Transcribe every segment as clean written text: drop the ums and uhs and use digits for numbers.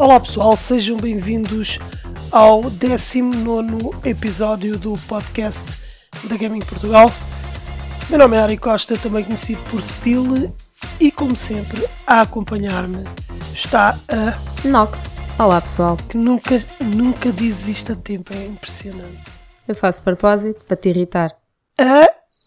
Olá pessoal, sejam bem-vindos ao 19º episódio do podcast da Gaming Portugal. Meu nome é Ari Costa, também conhecido por Steel, e como sempre, a acompanhar-me está a Nox. Olá pessoal. Que nunca diz isto a tempo, é impressionante. Eu faço de propósito para te irritar. A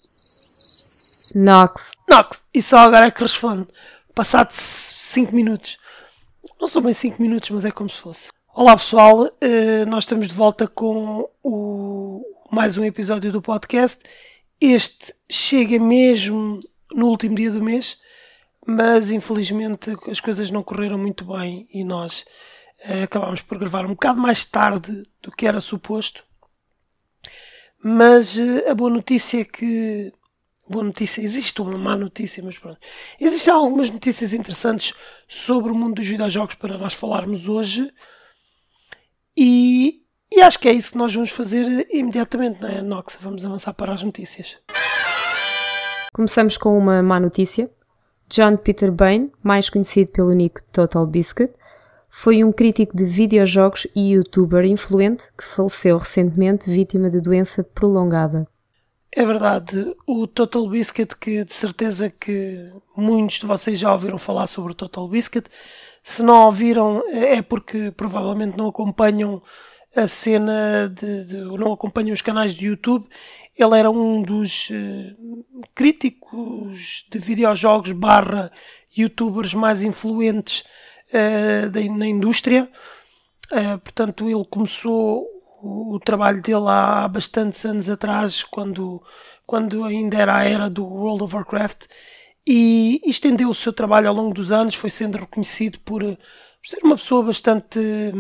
Nox. E só agora é que responde, passado 5 minutos. Não são bem 5 minutos, mas é como se fosse. Olá pessoal, nós estamos de volta com mais um episódio do podcast. Este chega mesmo no último dia do mês, mas infelizmente as coisas não correram muito bem e nós acabámos por gravar um bocado mais tarde do que era suposto. Mas a boa notícia é que... Boa notícia, existe uma má notícia, mas pronto. Existem algumas notícias interessantes sobre o mundo dos videojogos para nós falarmos hoje. E acho que é isso que nós vamos fazer imediatamente, não é, Nox? Vamos avançar para as notícias. Começamos com uma má notícia. John Peter Bain, mais conhecido pelo nick Total Biscuit, foi um crítico de videojogos e youtuber influente que faleceu recentemente vítima de doença prolongada. É verdade, o Total Biscuit, que de certeza que muitos de vocês já ouviram falar sobre o Total Biscuit. Se não ouviram é porque provavelmente não acompanham a cena, não acompanham os canais de YouTube. Ele era um dos críticos de videojogos / youtubers mais influentes na indústria. Portanto, ele começou o trabalho dele há bastantes anos atrás, quando ainda era a era do World of Warcraft, e estendeu o seu trabalho ao longo dos anos, foi sendo reconhecido por ser uma pessoa bastante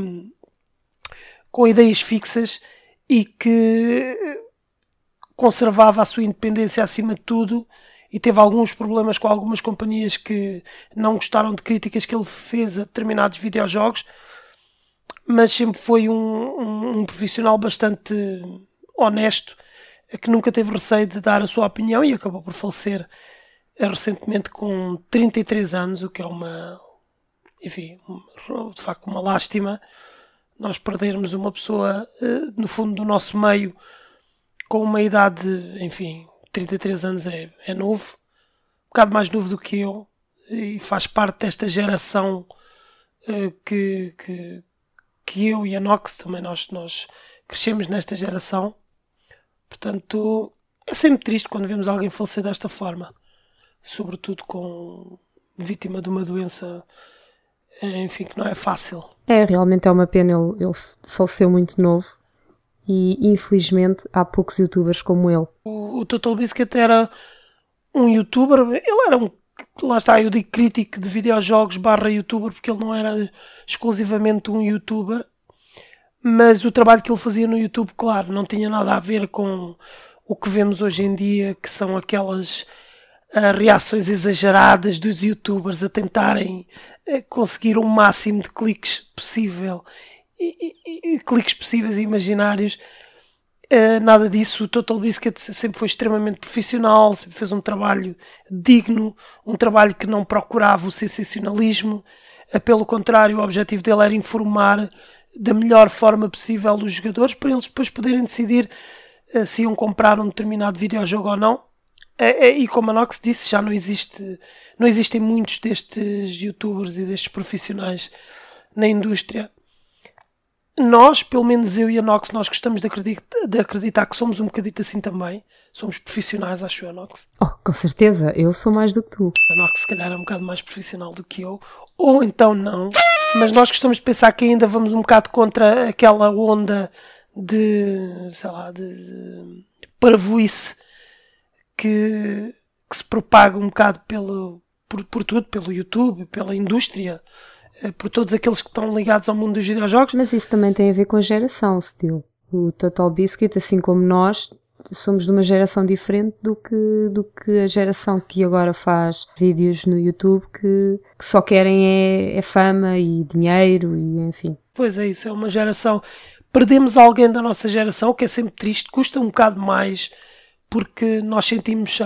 com ideias fixas e que conservava a sua independência acima de tudo, e teve alguns problemas com algumas companhias que não gostaram de críticas que ele fez a determinados videojogos, mas sempre foi um profissional bastante honesto, que nunca teve receio de dar a sua opinião, e acabou por falecer recentemente com 33 anos, o que é de facto uma lástima nós perdermos uma pessoa no fundo do nosso meio com uma idade, 33 anos é novo, um bocado mais novo do que eu, e faz parte desta geração que eu e a Nox também nós crescemos nesta geração. Portanto, é sempre triste quando vemos alguém falecer desta forma, sobretudo com vítima de uma doença, que não é fácil. Realmente é uma pena, ele faleceu muito novo e infelizmente há poucos youtubers como ele. O Total Biscuit era um youtuber, ele era lá está, eu digo crítico de videojogos / youtuber, porque ele não era exclusivamente um youtuber, mas o trabalho que ele fazia no YouTube, claro, não tinha nada a ver com o que vemos hoje em dia, que são aquelas reações exageradas dos youtubers a tentarem conseguir o máximo de cliques possível, e cliques possíveis e imaginários. Nada disso. O Total Biscuit sempre foi extremamente profissional, sempre fez um trabalho digno, um trabalho que não procurava o sensacionalismo, pelo contrário, o objetivo dele era informar da melhor forma possível os jogadores, para eles depois poderem decidir se iam comprar um determinado videojogo ou não. E como a Nox disse, já não existem muitos destes youtubers e destes profissionais na indústria. Nós, pelo menos eu e a Nox, nós gostamos de acreditar que somos um bocadito assim também. Somos profissionais, acho eu, Nox. Com certeza, eu sou mais do que tu. A Nox se calhar é um bocado mais profissional do que eu, ou então não. Mas nós gostamos de pensar que ainda vamos um bocado contra aquela onda de parvoíce que se propaga um bocado por tudo, pelo YouTube, pela indústria, por todos aqueles que estão ligados ao mundo dos videojogos. Mas isso também tem a ver com a geração, Steel. O Total Biscuit, assim como nós, somos de uma geração diferente do que a geração que agora faz vídeos no YouTube, que só querem é fama e dinheiro e enfim. Pois é, isso é uma geração. Perdemos alguém da nossa geração, o que é sempre triste, custa um bocado mais, porque nós sentimos,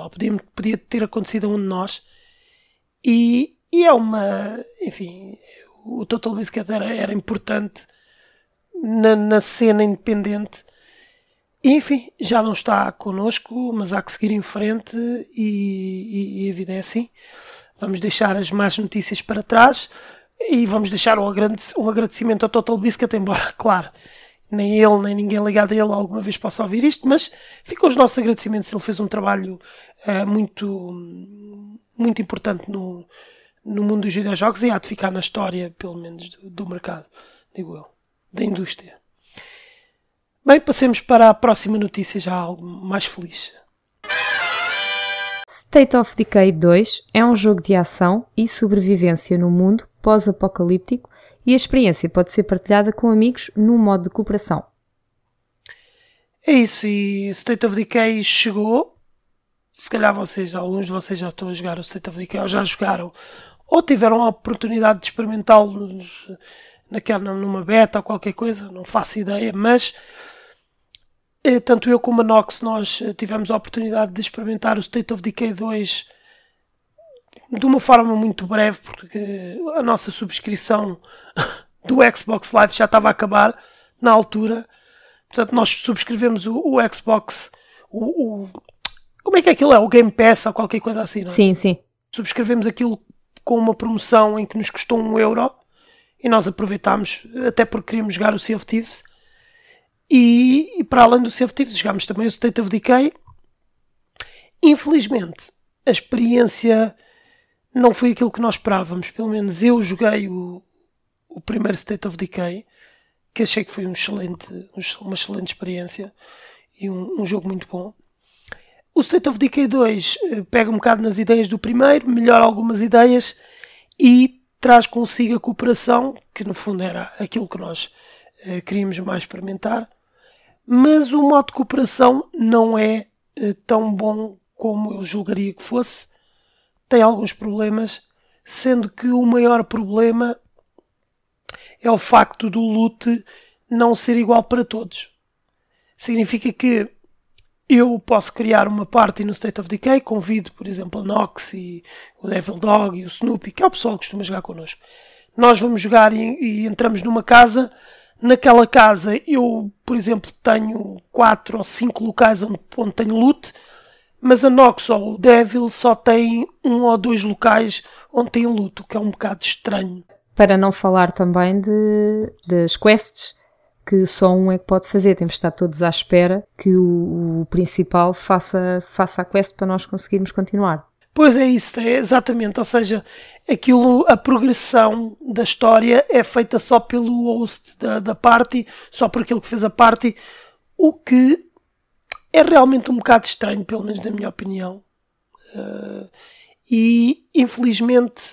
podia ter acontecido a um de nós, e é uma, o Total Biscuit era importante na cena independente. E, enfim, já não está connosco, mas há que seguir em frente e a vida é assim. Vamos deixar as más notícias para trás e vamos deixar um agradecimento ao Total Biscuit, embora, claro, nem ele, nem ninguém ligado a ele alguma vez possa ouvir isto, mas ficam os nossos agradecimentos. Ele fez um trabalho muito, muito importante no mundo dos videojogos e há de ficar na história, pelo menos, do mercado, digo eu, da indústria. Bem, passemos para a próxima notícia, já algo mais feliz. State of Decay 2 é um jogo de ação e sobrevivência no mundo pós-apocalíptico e a experiência pode ser partilhada com amigos num modo de cooperação. É isso, e State of Decay chegou. Se calhar alguns de vocês já estão a jogar o State of Decay ou já jogaram ou tiveram a oportunidade de experimentá-lo numa beta ou qualquer coisa, não faço ideia, mas tanto eu como a Nox nós tivemos a oportunidade de experimentar o State of Decay 2 de uma forma muito breve, porque a nossa subscrição do Xbox Live já estava a acabar na altura. Portanto, nós subscrevemos o Xbox, como é que aquilo é? O Game Pass ou qualquer coisa assim, não é? Sim, sim. Subscrevemos aquilo com uma promoção em que nos custou €1 e nós aproveitámos, até porque queríamos jogar o Sea of Thieves. E para além do Sea of Thieves, jogámos também o State of Decay. Infelizmente, a experiência não foi aquilo que nós esperávamos. Pelo menos eu joguei o primeiro State of Decay, que achei que foi uma excelente experiência e um jogo muito bom. O State of Decay 2 pega um bocado nas ideias do primeiro, melhora algumas ideias e traz consigo a cooperação, que no fundo era aquilo que nós queríamos mais experimentar. Mas o modo de cooperação não é tão bom como eu julgaria que fosse. Tem alguns problemas, sendo que o maior problema é o facto do loot não ser igual para todos. Significa que eu posso criar uma party no State of Decay, convido, por exemplo, a Nox e o Devil Dog e o Snoopy, que é o pessoal que costuma jogar connosco. Nós vamos jogar e entramos numa casa. Naquela casa eu, por exemplo, tenho 4 ou 5 locais onde tenho loot, mas a Nox ou o Devil só tem 1 ou 2 locais onde tem loot, o que é um bocado estranho. Para não falar também das quests, que só um é que pode fazer. Temos de estar todos à espera que o principal faça a quest para nós conseguirmos continuar. Pois é isso, exatamente. Ou seja, a progressão da história é feita só pelo host da party, só por aquele que fez a party, o que é realmente um bocado estranho, pelo menos na minha opinião. E infelizmente,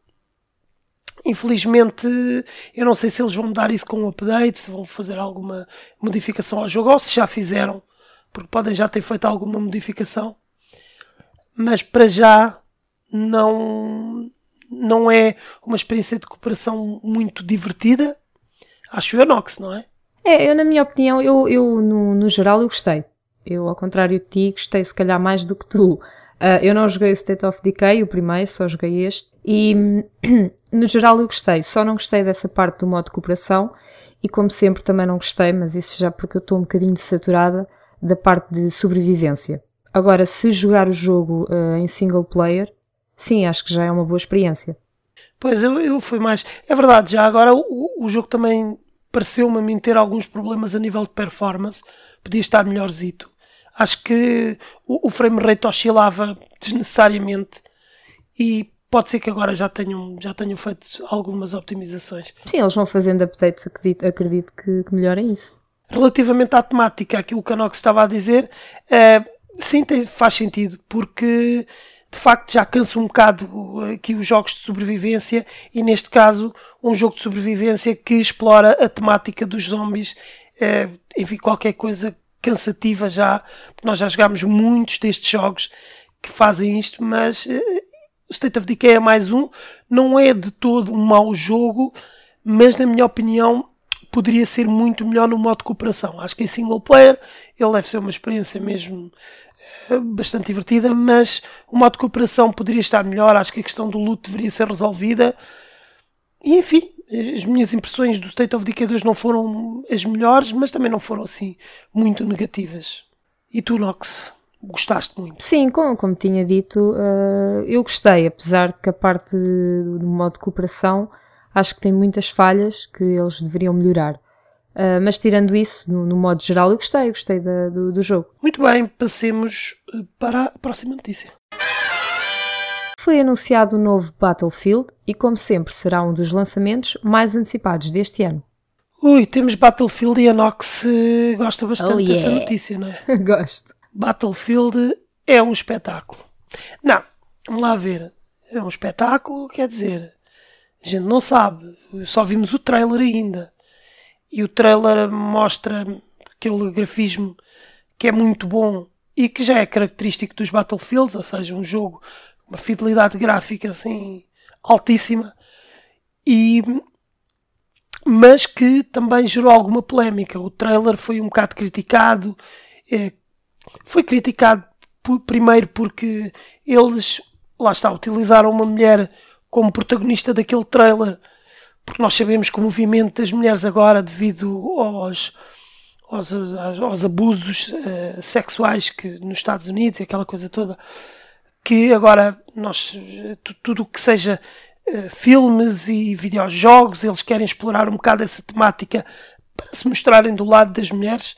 eu não sei se eles vão mudar isso com o update, se vão fazer alguma modificação ao jogo, ou se já fizeram, porque podem já ter feito alguma modificação. Mas para já não é uma experiência de cooperação muito divertida. Acho eu, Nox, não é? Eu na minha opinião, eu no geral eu gostei. Eu, ao contrário de ti, gostei se calhar mais do que tu. Eu não joguei o State of Decay, o primeiro, só joguei este. E no geral eu gostei. Só não gostei dessa parte do modo de cooperação. E como sempre também não gostei, mas isso já porque eu estou um bocadinho saturada da parte de sobrevivência. Agora, se jogar o jogo em single player, sim, acho que já é uma boa experiência. Pois, eu fui mais... É verdade, já agora o jogo também pareceu-me a mim ter alguns problemas a nível de performance. Podia estar melhorzito. Acho que o frame rate oscilava desnecessariamente e pode ser que agora já tenham feito algumas optimizações. Sim, eles vão fazendo updates, acredito que melhorem isso. Relativamente à temática, aquilo que a Nox estava a dizer... Sim, faz sentido, porque de facto já cansa um bocado aqui os jogos de sobrevivência e neste caso um jogo de sobrevivência que explora a temática dos zombies, enfim, qualquer coisa cansativa já, porque nós já jogámos muitos destes jogos que fazem isto, mas o State of Decay é mais um, não é de todo um mau jogo, mas na minha opinião poderia ser muito melhor no modo de cooperação. Acho que em single player ele deve ser uma experiência mesmo bastante divertida, mas o modo de cooperação poderia estar melhor. Acho que a questão do loot deveria ser resolvida. E enfim, as minhas impressões do State of Decay 2 não foram as melhores, mas também não foram assim muito negativas. E tu, Nox, gostaste muito? Sim, como tinha dito, eu gostei, apesar de que a parte do modo de cooperação acho que tem muitas falhas que eles deveriam melhorar. Mas tirando isso, no modo geral, eu gostei do jogo. Muito bem, passemos para a próxima notícia. Foi anunciado o novo Battlefield e, como sempre, será um dos lançamentos mais antecipados deste ano. Ui, temos Battlefield e a Nox gosta bastante dessa notícia, não é? Gosto. Battlefield é um espetáculo. Não, vamos lá ver. É um espetáculo, quer dizer, a gente não sabe. Só vimos o trailer ainda. E o trailer mostra aquele grafismo que é muito bom e que já é característico dos Battlefields, ou seja, um jogo, uma fidelidade gráfica assim altíssima, mas que também gerou alguma polémica. O trailer foi um bocado criticado. Foi criticado primeiro porque eles, lá está, utilizaram uma mulher como protagonista daquele trailer, porque nós sabemos que o movimento das mulheres agora, devido aos abusos sexuais que nos Estados Unidos e aquela coisa toda, que agora tudo o que seja filmes e videojogos, eles querem explorar um bocado essa temática para se mostrarem do lado das mulheres.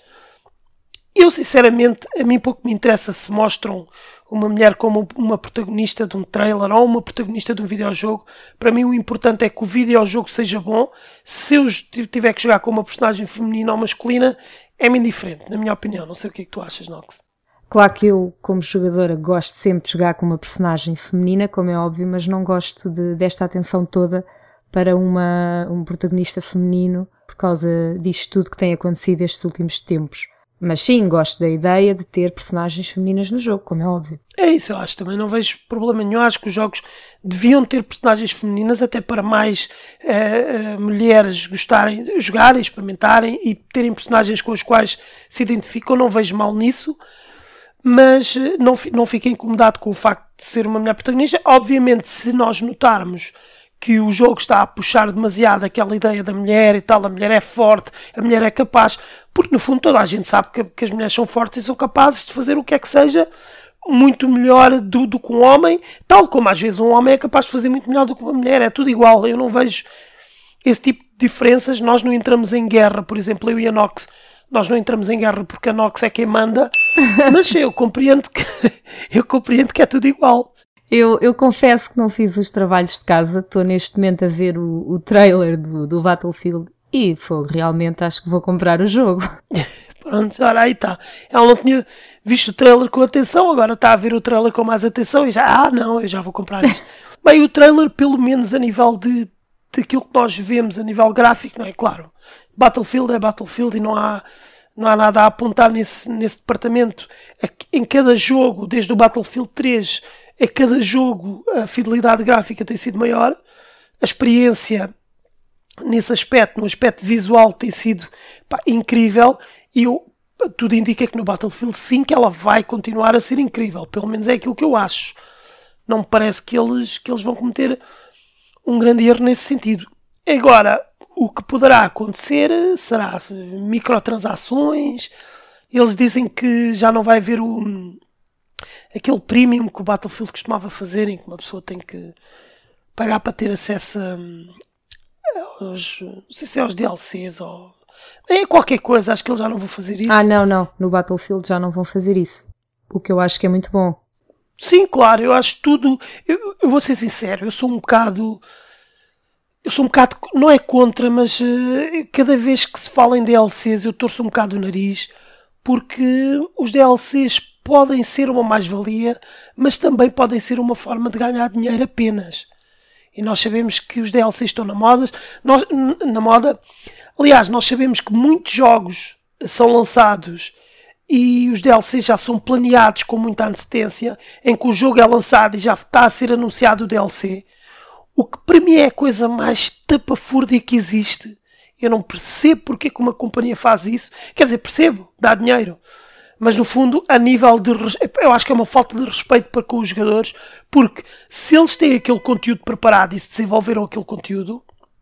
Eu, sinceramente, a mim pouco me interessa se mostram uma mulher como uma protagonista de um trailer ou uma protagonista de um videojogo. Para mim o importante é que o videojogo seja bom. Se eu tiver que jogar com uma personagem feminina ou masculina, é-me indiferente, na minha opinião. Não sei o que é que tu achas, Nox. Claro que eu, como jogadora, gosto sempre de jogar com uma personagem feminina, como é óbvio, mas não gosto desta atenção toda para um protagonista feminino por causa disto tudo que tem acontecido estes últimos tempos. Mas sim, gosto da ideia de ter personagens femininas no jogo, como é óbvio. É isso, eu acho. Também não vejo problema nenhum. Acho que os jogos deviam ter personagens femininas, até para mais mulheres gostarem de jogarem, experimentarem e terem personagens com os quais se identificam. Não vejo mal nisso. Mas não fiquei incomodado com o facto de ser uma mulher protagonista. Obviamente, se nós notarmos que o jogo está a puxar demasiado aquela ideia da mulher e tal, a mulher é forte, a mulher é capaz, porque no fundo toda a gente sabe que as mulheres são fortes e são capazes de fazer o que é que seja muito melhor do que um homem, tal como às vezes um homem é capaz de fazer muito melhor do que uma mulher. É tudo igual. Eu não vejo esse tipo de diferenças. Nós não entramos em guerra, por exemplo, eu e a Nox, nós não entramos em guerra porque a Nox é quem manda, mas eu compreendo que é tudo igual. Eu confesso que não fiz os trabalhos de casa, estou neste momento a ver o trailer do Battlefield e realmente acho que vou comprar o jogo. Pronto, olha, aí está. Ela não tinha visto o trailer com atenção, agora está a ver o trailer com mais atenção e eu já vou comprar isto. Bem, o trailer, pelo menos a nível daquilo que nós vemos a nível gráfico, não é? Claro, Battlefield é Battlefield e não há nada a apontar nesse departamento. Em cada jogo, desde o Battlefield 3, a cada jogo a fidelidade gráfica tem sido maior, a experiência nesse aspecto, no aspecto visual, tem sido incrível, e tudo indica que no Battlefield 5 ela vai continuar a ser incrível, pelo menos é aquilo que eu acho. Não me parece que eles vão cometer um grande erro nesse sentido. Agora, o que poderá acontecer será microtransações. Eles dizem que já não vai haver aquele premium que o Battlefield costumava fazer, em que uma pessoa tem que pagar para ter acesso não sei se é aos DLCs ou qualquer coisa. Acho que eles já não vão fazer isso. Não, no Battlefield já não vão fazer isso, o que eu acho que é muito bom. Sim, claro, eu acho tudo. Eu vou ser sincero, eu sou um bocado, não é contra, mas cada vez que se fala em DLCs eu torço um bocado o nariz, porque os DLCs podem ser uma mais-valia, mas também podem ser uma forma de ganhar dinheiro apenas. E nós sabemos que os DLCs estão na moda. Aliás, nós sabemos que muitos jogos são lançados e os DLCs já são planeados com muita antecedência, em que o jogo é lançado e já está a ser anunciado o DLC. O que para mim é a coisa mais tapafúrdia que existe. Eu não percebo porque que uma companhia faz isso. Quer dizer, percebo, dá dinheiro. Mas no fundo, a nível de... eu acho que é uma falta de respeito para com os jogadores, porque se eles têm aquele conteúdo preparado e se desenvolveram aquele conteúdo,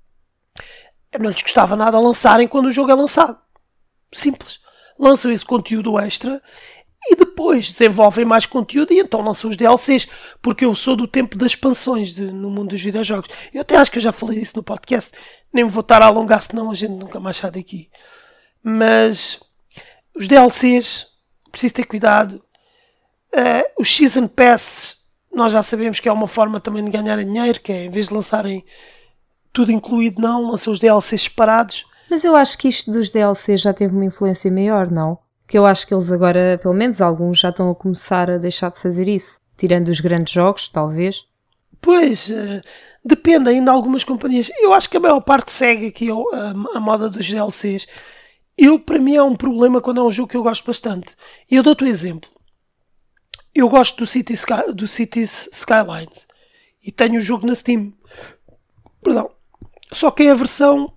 não lhes custava nada lançarem quando o jogo é lançado. Simples. Lançam esse conteúdo extra e depois desenvolvem mais conteúdo e então lançam os DLCs, porque eu sou do tempo das expansões no mundo dos videojogos. Eu até acho que eu já falei disso no podcast, nem me vou estar a alongar, senão a gente nunca mais sai daqui. Mas os DLCs, preciso ter cuidado. Os Season Pass, nós já sabemos que é uma forma também de ganhar dinheiro, que é, em vez de lançarem tudo incluído, não, lançam os DLCs separados. Mas eu acho que isto dos DLCs já teve uma influência maior, não? Que eu acho que eles agora, pelo menos alguns, já estão a começar a deixar de fazer isso. Tirando os grandes jogos, talvez. Pois, depende ainda de algumas companhias. Eu acho que a maior parte segue aqui a moda dos DLCs. Para mim é um problema quando é um jogo que eu gosto bastante. E eu dou-te um exemplo. Eu gosto do Cities Skylines. E tenho o jogo na Steam. Perdão. Só que é a versão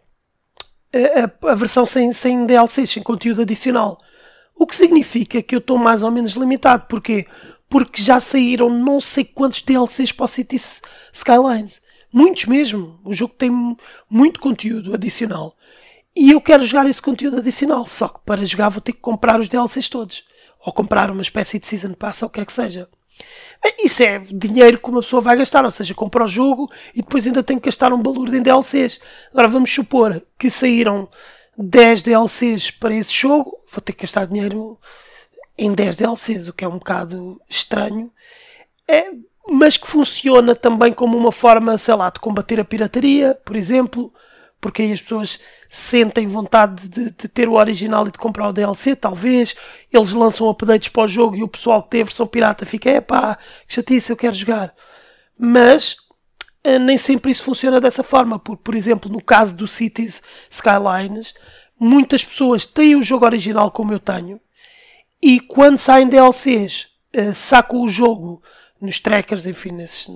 sem DLCs, sem conteúdo adicional. O que significa que eu estou mais ou menos limitado. Porquê? Porque já saíram não sei quantos DLCs para o Cities Skylines. Muitos mesmo. O jogo tem muito conteúdo adicional. E eu quero jogar esse conteúdo adicional. Só que para jogar vou ter que comprar os DLCs todos. Ou comprar uma espécie de Season Pass ou o que é que seja. Isso é dinheiro que uma pessoa vai gastar. Ou seja, compra o jogo e depois ainda tem que gastar um balúrdio em DLCs. Agora vamos supor que saíram 10 DLCs para esse jogo. Vou ter que gastar dinheiro em 10 DLCs, o que é um bocado estranho. Mas que funciona também como uma forma, sei lá, de combater a pirataria, por exemplo. Porque aí as pessoas sentem vontade de ter o original e de comprar o DLC, talvez. Eles lançam updates para o jogo e o pessoal que tem a versão pirata fica, que chatice, eu quero jogar. Mas nem sempre isso funciona dessa forma. Por exemplo, no caso do Cities Skylines, muitas pessoas têm o jogo original como eu tenho e quando saem DLCs, sacam o jogo nos trackers, enfim,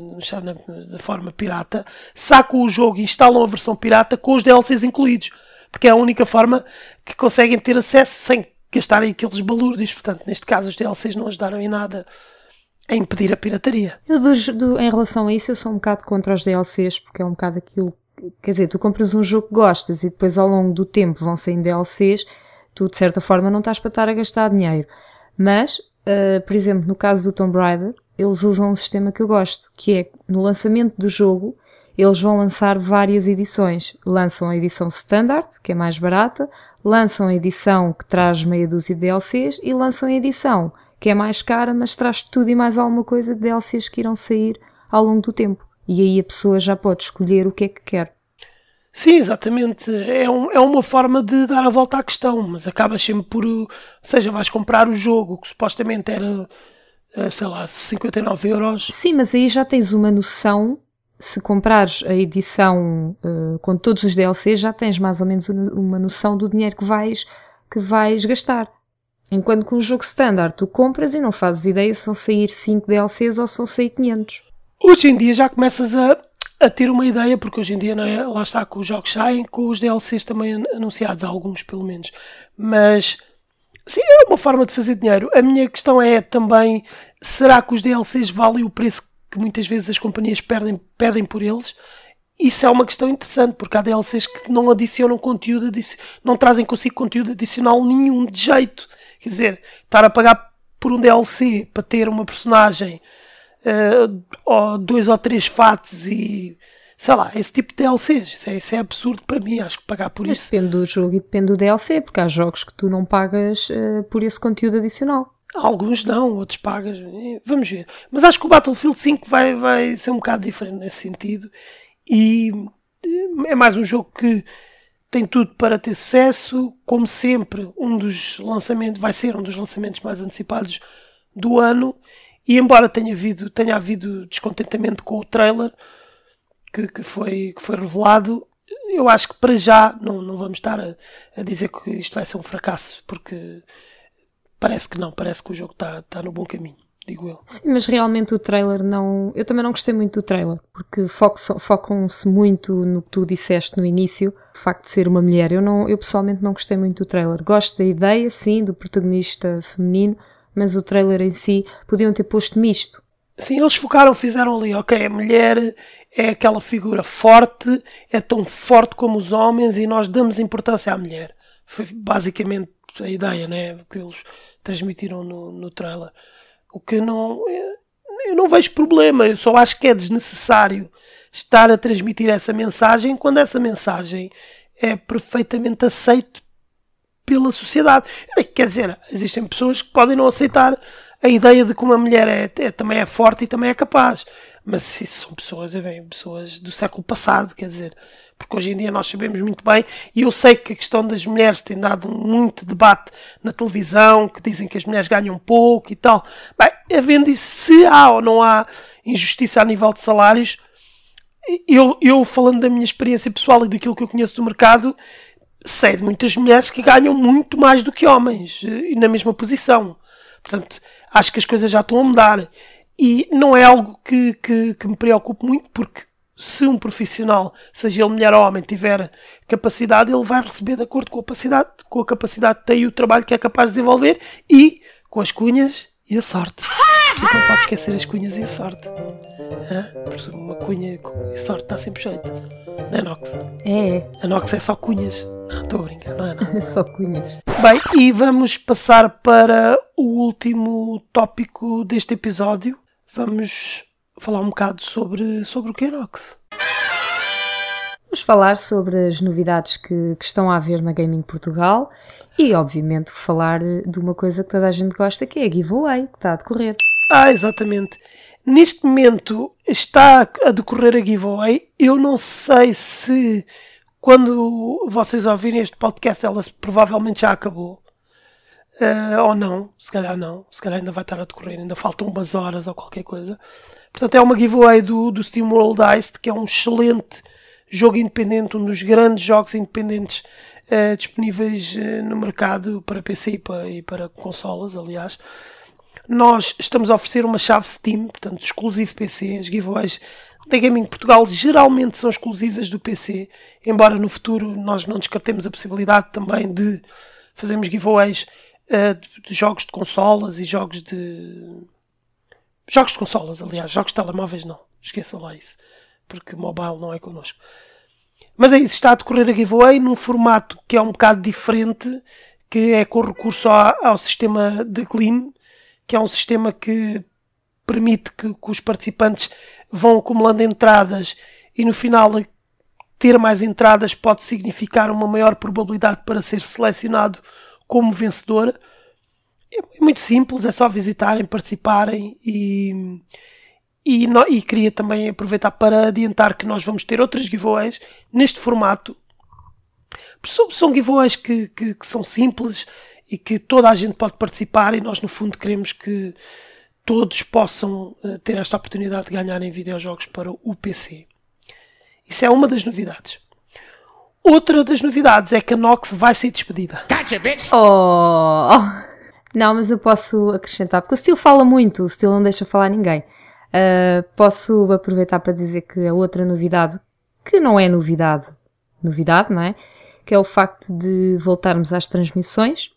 da forma pirata, sacam o jogo e instalam a versão pirata com os DLCs incluídos. Porque é a única forma que conseguem ter acesso sem gastarem aqueles balúrdios. Portanto, neste caso, os DLCs não ajudaram em nada a impedir a pirataria. Em relação a isso, eu sou um bocado contra os DLCs, porque é um bocado aquilo... Quer dizer, tu compras um jogo que gostas e depois ao longo do tempo vão saindo DLCs, tu de certa forma não estás para estar a gastar dinheiro. Mas, por exemplo, no caso do Tomb Raider, eles usam um sistema que eu gosto, que é, no lançamento do jogo, eles vão lançar várias edições. Lançam a edição Standard, que é mais barata, lançam a edição que traz meia dúzia de DLCs e lançam a edição que é mais cara, mas traz tudo e mais alguma coisa de DLCs que irão sair ao longo do tempo. E aí a pessoa já pode escolher o que é que quer. Sim, exatamente. É uma forma de dar a volta à questão, mas acabas sempre por... Ou seja, vais comprar o jogo que supostamente era, sei lá, 59 euros. Sim, mas aí já tens uma noção. Se comprares a edição com todos os DLCs, já tens mais ou menos uma noção do dinheiro que vais gastar. Enquanto que um jogo standard tu compras e não fazes ideia se vão sair 5 DLCs ou se vão sair 500. Hoje em dia já começas a ter uma ideia, porque hoje em dia, não é, lá está, que os jogos saem com os DLCs também anunciados, alguns pelo menos. Mas sim, é uma forma de fazer dinheiro. A minha questão é também, será que os DLCs valem o preço que muitas vezes as companhias pedem por eles? Isso é uma questão interessante, porque há DLCs que não adicionam conteúdo, não trazem consigo conteúdo adicional nenhum de jeito. Quer dizer, estar a pagar por um DLC para ter uma personagem, ou 2 ou 3 fatos e, sei lá, esse tipo de DLCs, isso é absurdo para mim, acho que pagar por isso. Depende do jogo e depende do DLC, porque há jogos que tu não pagas por esse conteúdo adicional. Alguns não, outros pagas, vamos ver. Mas acho que o Battlefield 5 vai ser um bocado diferente nesse sentido e é mais um jogo que tem tudo para ter sucesso. Como sempre, vai ser um dos lançamentos mais antecipados do ano. E embora tenha havido descontentamento com o trailer que foi revelado, eu acho que para já não vamos estar a dizer que isto vai ser um fracasso, porque parece que não, parece que o jogo está no bom caminho, digo eu. Sim, mas realmente o trailer não... Eu também não gostei muito do trailer, porque focam-se muito no que tu disseste no início, o facto de ser uma mulher. Eu pessoalmente não gostei muito do trailer. Gosto da ideia, sim, do protagonista feminino, mas o trailer em si podiam ter posto misto. Sim, eles focaram, fizeram ali, ok, a mulher é aquela figura forte, é tão forte como os homens e nós damos importância à mulher. Foi basicamente a ideia, né, que eles transmitiram no trailer. O que não... Eu não vejo problema, eu só acho que é desnecessário estar a transmitir essa mensagem quando essa mensagem é perfeitamente aceita pela sociedade. Quer dizer, existem pessoas que podem não aceitar a ideia de que uma mulher também é forte e também é capaz. Mas isso são pessoas do século passado, quer dizer, porque hoje em dia nós sabemos muito bem, e eu sei que a questão das mulheres tem dado muito debate na televisão, que dizem que as mulheres ganham pouco e tal. Bem, havendo isso, se há ou não há injustiça a nível de salários, eu falando da minha experiência pessoal e daquilo que eu conheço do mercado, sei de muitas mulheres que ganham muito mais do que homens, e na mesma posição. Portanto, acho que as coisas já estão a mudar. E não é algo que me preocupe muito, porque se um profissional, seja ele mulher ou homem, tiver capacidade, ele vai receber de acordo com a capacidade que tem e o trabalho que é capaz de desenvolver, e com as cunhas e a sorte. Porque não pode esquecer as cunhas e a sorte. Porque uma cunha e sorte está sempre jeito. Não é, Nox? É. A Nox é só cunhas. Não, estou a brincar, não é nada. Só cunhas. Bem, e vamos passar para o último tópico deste episódio. Vamos falar um bocado sobre o que é, Nox? Vamos falar sobre as novidades que estão a haver na Gaming Portugal e, obviamente, falar de uma coisa que toda a gente gosta, que é a giveaway, que está a decorrer. Exatamente. Neste momento está a decorrer a giveaway. Eu não sei se, quando vocês ouvirem este podcast, ela provavelmente já acabou. Ou não, se calhar não. Se calhar ainda vai estar a decorrer, ainda faltam umas horas ou qualquer coisa. Portanto, é uma giveaway do Steam World Heist, que é um excelente jogo independente, um dos grandes jogos independentes disponíveis no mercado para PC e para consolas, aliás. Nós estamos a oferecer uma chave Steam, portanto, exclusivo PC. As giveaways da Gaming Portugal geralmente são exclusivas do PC, embora no futuro nós não descartemos a possibilidade também de fazermos giveaways de jogos de consolas e jogos de consolas, aliás, jogos de telemóveis não, esqueçam lá isso, porque mobile não é connosco. Mas é isso, está a decorrer a giveaway num formato que é um bocado diferente, que é com recurso ao sistema de Gleam, que é um sistema que permite que os participantes vão acumulando entradas e no final ter mais entradas pode significar uma maior probabilidade para ser selecionado como vencedor. É muito simples, é só visitarem, participarem e queria também aproveitar para adiantar que nós vamos ter outras giveaways neste formato. São giveaways que são simples e que toda a gente pode participar e nós no fundo queremos que todos possam ter esta oportunidade de ganharem videojogos para o PC. Isso é uma das novidades. Outra das novidades é que a Nox vai ser despedida. Gotcha, bitch! Oh! Não, mas eu posso acrescentar, porque o Steel fala muito, o Steel não deixa falar ninguém. Posso aproveitar para dizer que a outra novidade, que não é novidade, não é? Que é o facto de voltarmos às transmissões,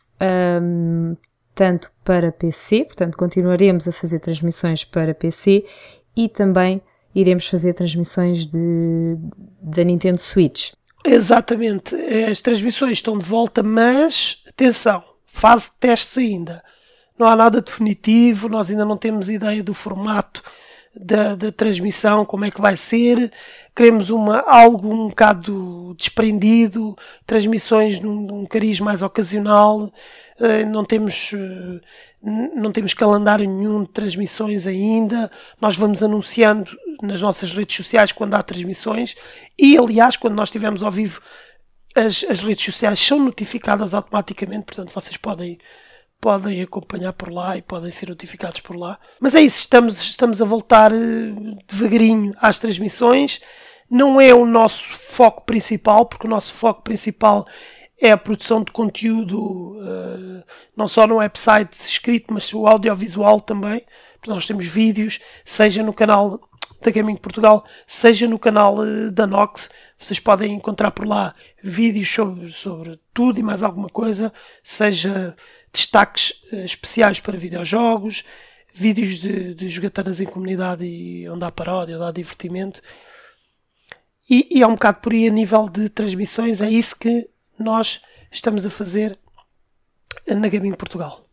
tanto para PC, portanto continuaremos a fazer transmissões para PC e também iremos fazer transmissões da Nintendo Switch. Exatamente, as transmissões estão de volta, mas atenção, fase de testes ainda. Não há nada definitivo, nós ainda não temos ideia do formato da transmissão, como é que vai ser. Queremos algo um bocado desprendido, transmissões num cariz mais ocasional. Não temos calendário nenhum de transmissões ainda. Nós vamos anunciando nas nossas redes sociais quando há transmissões e, aliás, quando nós estivermos ao vivo, as redes sociais são notificadas automaticamente, portanto vocês podem acompanhar por lá e podem ser notificados por lá. Mas é isso, estamos a voltar devagarinho às transmissões. Não é o nosso foco principal, porque o nosso foco principal é a produção de conteúdo, não só no website escrito, mas o audiovisual também. Nós temos vídeos, seja no canal da Gaming Portugal, seja no canal da Nox. Vocês podem encontrar por lá vídeos sobre tudo e mais alguma coisa, seja destaques especiais para videojogos, vídeos de jogatanas em comunidade e onde há paródia, onde há divertimento. E é um bocado por aí a nível de transmissões, é isso que nós estamos a fazer na Gaming Portugal.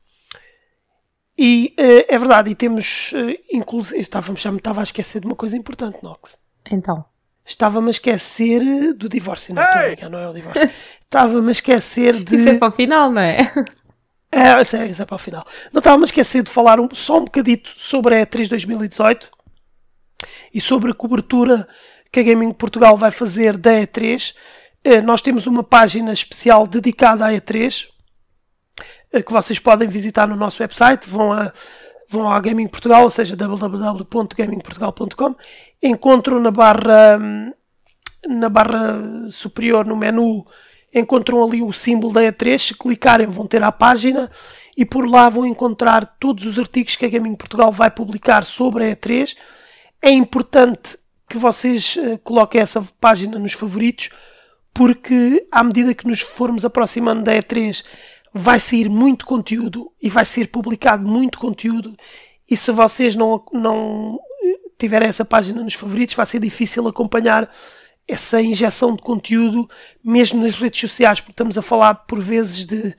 E é verdade, e temos, inclusive, já me estava a esquecer de uma coisa importante, Nox. Então? Estava-me a esquecer do divórcio, não, não é o divórcio. Estava-me a esquecer de... Isso é para o final, não é? Isso é para o final. Não estava-me a esquecer de falar só um bocadito sobre a E3 2018 e sobre a cobertura que a Gaming Portugal vai fazer da E3. Nós temos uma página especial dedicada à E3 que vocês podem visitar no nosso website. Vão à Gaming Portugal, ou seja, www.gamingportugal.com. Encontram na barra superior, no menu, encontram ali o símbolo da E3. Se clicarem, vão ter a página e por lá vão encontrar todos os artigos que a Gaming Portugal vai publicar sobre a E3. É importante que vocês coloquem essa página nos favoritos, porque à medida que nos formos aproximando da E3 vai sair muito conteúdo e vai ser publicado muito conteúdo, e se vocês não tiverem essa página nos favoritos vai ser difícil acompanhar essa injeção de conteúdo mesmo nas redes sociais, porque estamos a falar por vezes de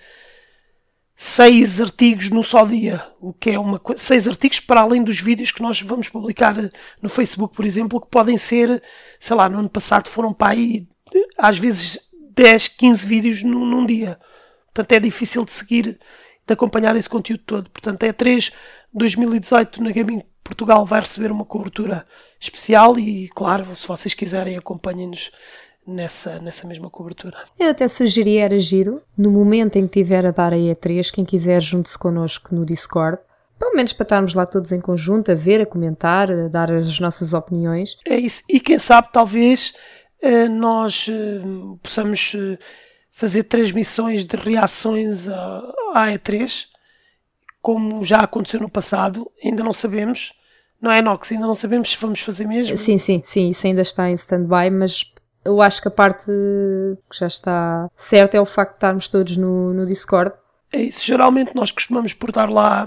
6 artigos num só dia, o que é 6 artigos para além dos vídeos que nós vamos publicar no Facebook, por exemplo, que podem ser, sei lá, no ano passado foram para aí às vezes 10, 15 vídeos num dia. Portanto, é difícil de seguir, de acompanhar esse conteúdo todo. Portanto, a E3 2018 na Gaming Portugal vai receber uma cobertura especial e, claro, se vocês quiserem, acompanhem-nos nessa mesma cobertura. Eu até sugeria, era giro, no momento em que estiver a dar a E3, quem quiser junte-se connosco no Discord, pelo menos para estarmos lá todos em conjunto, a ver, a comentar, a dar as nossas opiniões. É isso. E quem sabe, talvez, nós possamos fazer transmissões de reações à E3, como já aconteceu no passado. Ainda não sabemos, não é, Nox? Ainda não sabemos se vamos fazer mesmo. Sim, isso ainda está em stand-by, mas eu acho que a parte que já está certa é o facto de estarmos todos no Discord. É isso. Geralmente nós costumamos por estar lá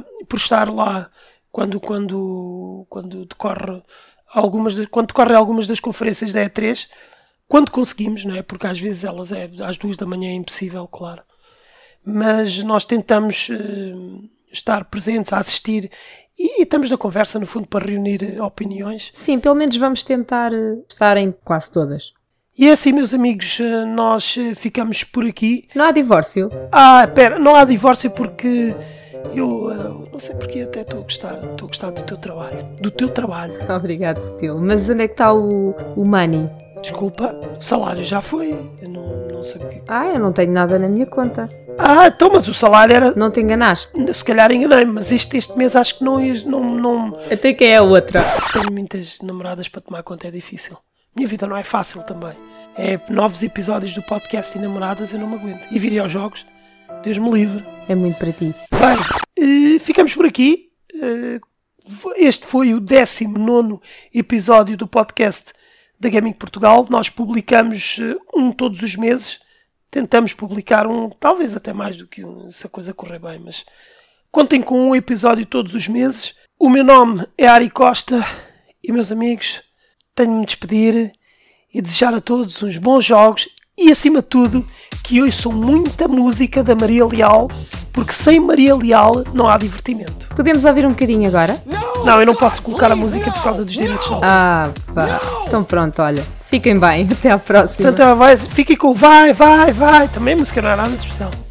quando decorre algumas das conferências da E3, quando conseguimos, não é? Porque às vezes elas às 2 da manhã é impossível, claro. Mas nós tentamos estar presentes, a assistir e estamos na conversa, no fundo, para reunir opiniões. Sim, pelo menos vamos tentar estar em quase todas. E é assim, meus amigos, nós ficamos por aqui. Não há divórcio? Não há divórcio porque eu não sei porque até estou a gostar do teu trabalho. Do teu trabalho. Obrigado, Steel. Mas onde é que está o money? Desculpa, o salário já foi. Eu não sei porque. Eu não tenho nada na minha conta. Então, mas o salário era... Não te enganaste? Se calhar enganei-me, mas este mês acho que não... Até quem é a outra? Tenho muitas namoradas para tomar conta, é difícil. Minha vida não é fácil também. É novos episódios do podcast e namoradas, eu não me aguento. E videojogos, Deus me livre. É muito para ti. Bem, ficamos por aqui. Este foi o 19º episódio do podcast da Gaming Portugal. Nós publicamos todos os meses. Tentamos publicar talvez até mais do que se a coisa correr bem, mas contem com um episódio todos os meses. O meu nome é Ari Costa e, meus amigos, tenho-me de despedir e desejar a todos uns bons jogos e, acima de tudo, que ouçam muita música da Maria Leal, porque sem Maria Leal não há divertimento. Podemos ouvir um bocadinho agora? Não, eu não posso colocar a música por causa dos direitos de autor. Então pronto, olha. Fiquem bem, até à próxima. Portanto, fiquem com vai. Também a música não é nada de especial.